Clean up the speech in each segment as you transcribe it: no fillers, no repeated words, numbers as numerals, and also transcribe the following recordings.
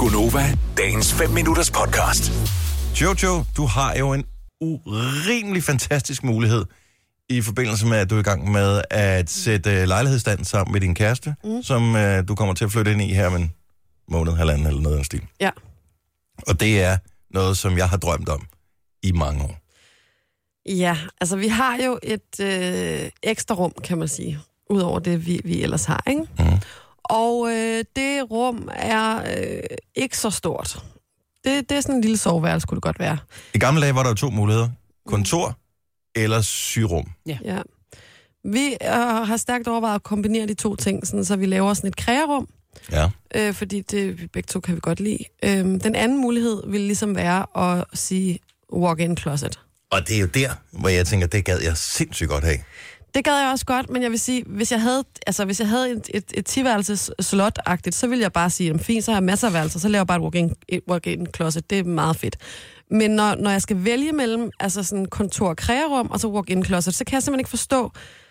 Gunova, dagens 5 minutters podcast. Jojo, du har jo en urimelig fantastisk mulighed i forbindelse med, at du er i gang med at sætte lejlighedsstand sammen med din kæreste, som du kommer til at flytte ind i her om en måned, halvanden eller noget af den stil. Ja. Og det er noget, som jeg har drømt om i mange år. Ja, altså vi har jo et ekstra rum, kan man sige, udover det, vi ellers har, ikke? Mm. Og det rum er ikke så stort. Det er sådan en lille soveværelse, skulle det godt være. I gamle dage var der jo 2 muligheder. Kontor eller sygerum. Ja. Vi har stærkt overvejet at kombinere de 2 ting, sådan, så vi laver sådan et krearum. Ja. Fordi det begge 2 kan vi godt lide. Den anden mulighed vil ligesom være at sige walk-in closet. Og det er jo der, hvor jeg tænker, det gad jeg sindssygt godt have. Det gad jeg også godt, men jeg vil sige, hvis jeg havde et 10-værelses slot-agtigt, så ville jeg bare sige, fint, så har jeg masser af værelser, så laver jeg bare et walk-in closet. Det er meget fedt. Men når jeg skal vælge mellem altså sådan kontor- og krearum og så walk-in closet, så kan jeg simpelthen ikke forstå,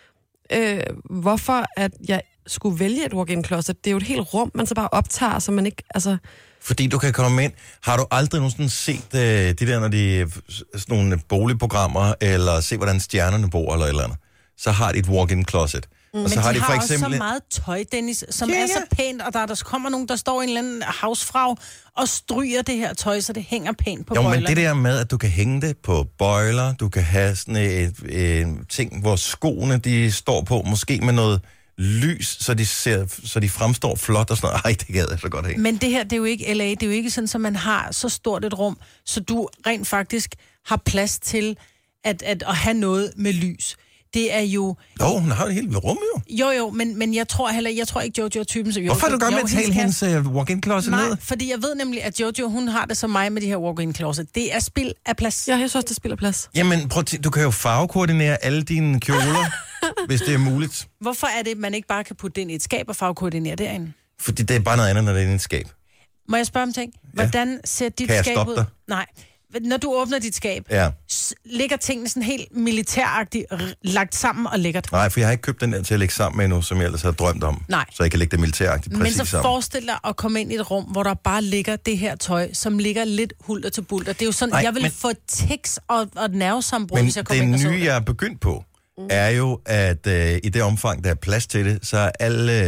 hvorfor at jeg skulle vælge et walk-in closet. Det er jo et helt rum, man så bare optager, så man ikke... Altså... Fordi du kan komme ind. Har du aldrig nogensinde set de der, når de sådan nogle boligprogrammer, eller se, hvordan stjernerne bor, eller et eller andet? Så har de et walk-in closet. Og så har de for eksempel også så meget tøj, Dennis, som er så pænt, og der kommer nogen, der står en eller anden havsfrag og stryger det her tøj, så det hænger pænt på bøjlerne. Jo, men det der med, at du kan hænge det på bøjler, du kan have sådan et ting, hvor skoene de står på, måske med noget lys, så de fremstår flot og sådan noget. Ej, det gad jeg så godt have. Men det her, det er jo ikke LA, det er jo ikke sådan, at man har så stort et rum, så du rent faktisk har plads til at have noget med lys. Det er jo... Jo, hun har et helt rum jo. Jo, men jeg tror ikke, Jojo er typen, som... Hvorfor er du godt med at tale hendes walk-in closet ned? Nej, fordi jeg ved nemlig, at Jojo, hun har det som mig med de her walk-in closet. Det er spild af plads. Ja, jeg synes også, det spilder plads. Jamen, du kan jo farvekoordinere alle dine kjoler, hvis det er muligt. Hvorfor er det, man ikke bare kan putte det ind i et skab og farvekoordinere derinde? Fordi det er bare noget andet, når det er inde i et skab. Må jeg spørge om ting? Hvordan ser dit skab ud? Kan jeg stoppe dig? Nej. Når du åbner dit skab, ligger tingene sådan helt militæragtigt lagt sammen og lækkert? Nej, for jeg har ikke købt den der til at lægge sammen med endnu, som jeg ellers havde drømt om. Nej. Så jeg kan lægge det militæragtigt præcis sammen. Men så forestil dig at komme ind i et rum, hvor der bare ligger det her tøj, som ligger lidt hulter til bulter. Det er jo sådan, jeg vil få tics og nervesambrud, hvis jeg kommer ind og så. Men det nye, jeg er begyndt på, er jo, at i det omfang, der er plads til det, så er alle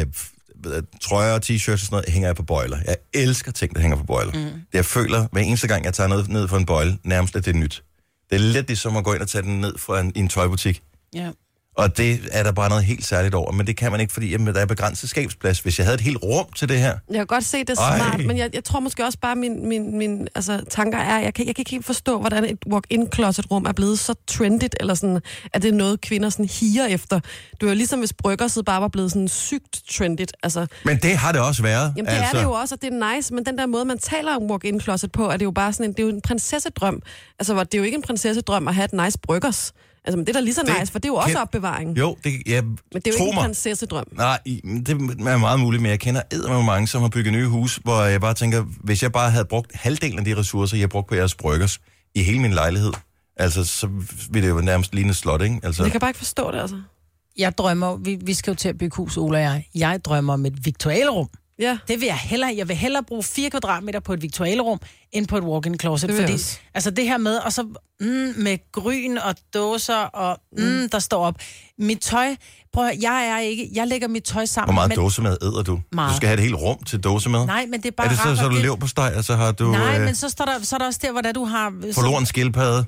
trøjer og t-shirts og sådan noget, hænger jeg på bøjler. Jeg elsker ting, der hænger på bøjler. Jeg føler, hver eneste gang, jeg tager noget ned fra en bøjle, nærmest at det er nyt. Det er lidt ligesom at gå ind og tage den ned fra i en tøjbutik. Ja. Og det er der bare noget helt særligt over. Men det kan man ikke, fordi der er begrænset skabsplads. Hvis jeg havde et helt rum til det her... Jeg kan godt se, det er smart, men jeg tror måske også bare, min tanker er... Jeg kan ikke helt forstå, hvordan et walk-in closet-rum er blevet så trendigt, eller sådan, at det er noget, kvinder sådan higer efter. Du er jo ligesom, hvis bryggerset bare var blevet sådan sygt trendigt. Altså, men det har det også været. Jamen, det er det jo også, og det er nice, men den der måde, man taler om walk-in closet på, er det jo bare sådan det er jo en prinsessedrøm. Altså, det er jo ikke en prinsessedrøm at have et nice bryggers. Altså, men det er da lige så nice, for det er jo også opbevaring. Jo, men det er jo ikke en prinsessedrøm. Nej, det er meget muligt, men jeg kender eddermame mange, som har bygget nye hus, hvor jeg bare tænker, hvis jeg bare havde brugt halvdelen af de ressourcer, jeg har brugt på jeres bryggers i hele min lejlighed, altså, så ville det jo nærmest ligne et slot, ikke? Altså. Jeg kan bare ikke forstå det, altså. Jeg drømmer, vi skal jo til at bygge hus, Ola og jeg. Jeg drømmer om et viktualrum. Ja. Det vil jeg hellere. Jeg vil hellere bruge 4 kvadratmeter på et viktualrum, end på et walk-in closet. Fordi, altså det her med, og så med gryn og dåser, og der står op. Mit tøj, prøv at jeg lægger mit tøj sammen. Hvor meget dåsemad æder du? Meget. Du skal have et helt rum til dåsemad? Nej, men det er bare er det så du lever på steg, og så har du... Nej, men så er der også der, hvor du har... Forloren skildpadde.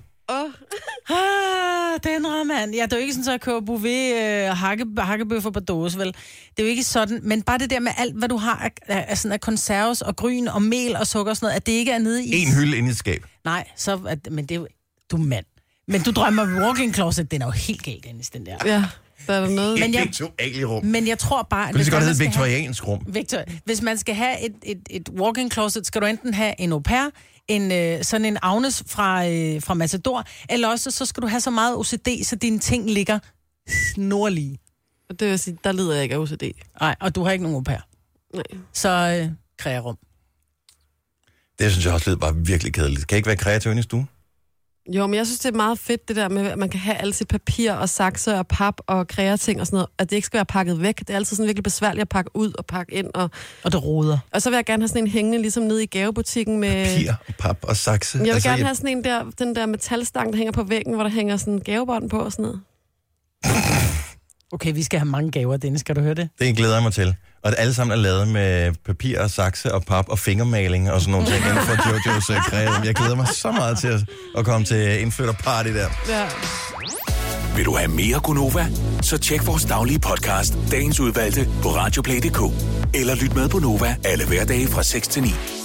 Den mand. Ja, det er jo ikke sådan, at jeg køber Bouvet hakkebøffer på dåse, vel? Det er jo ikke sådan. Men bare det der med alt, hvad du har af konserves og gryn og mel og sukker og sådan noget, at det ikke er nede i... En hylde inde i et skab. Nej, men det er jo... Du er mand. Men du drømmer om walk-in closet, den er jo helt galt, Dennis, den der. Ja, der er der noget. Men jeg tror bare... Kunne det så godt hedde et viktoriansk rum? Hvis man skal have et walk-in closet, skal du enten have en au pair, sådan en Agnes fra Matador, eller også så skal du have så meget OCD, så dine ting ligger snorlige. Det vil sige, der lider jeg ikke af OCD. Nej, og du har ikke nogen au pair. Nej. Så krearum. Det synes jeg også lidt bare virkelig kedeligt. Kan ikke være kreativ inde i stuen? Jo, men jeg synes, det er meget fedt, det der med, at man kan have alt sit papir og sakse og pap og kreating og sådan noget, at det ikke skal være pakket væk. Det er altid sådan virkelig besværligt at pakke ud og pakke ind. Og det roder. Og så vil jeg gerne have sådan en hængende, ligesom nede i gavebutikken med... Papir, pap og sakse. Jeg vil gerne have sådan en der, den der metalstang, der hænger på væggen, hvor der hænger sådan gavebånd på og sådan noget. Okay, vi skal have mange gaver, Dennis. Skal du høre det? Det glæder jeg mig til. Og alle sammen er lavet med papir og sakse og pap og fingermaling og sådan nogle ting inden for Jojos kreativ. Jeg glæder mig så meget til at komme til indflytterparty der. Ja. Vil du have mere Gunova? Så tjek vores daglige podcast, dagens udvalgte, på radioplay.dk. Eller lyt med på Nova alle hverdage fra 6 til 9.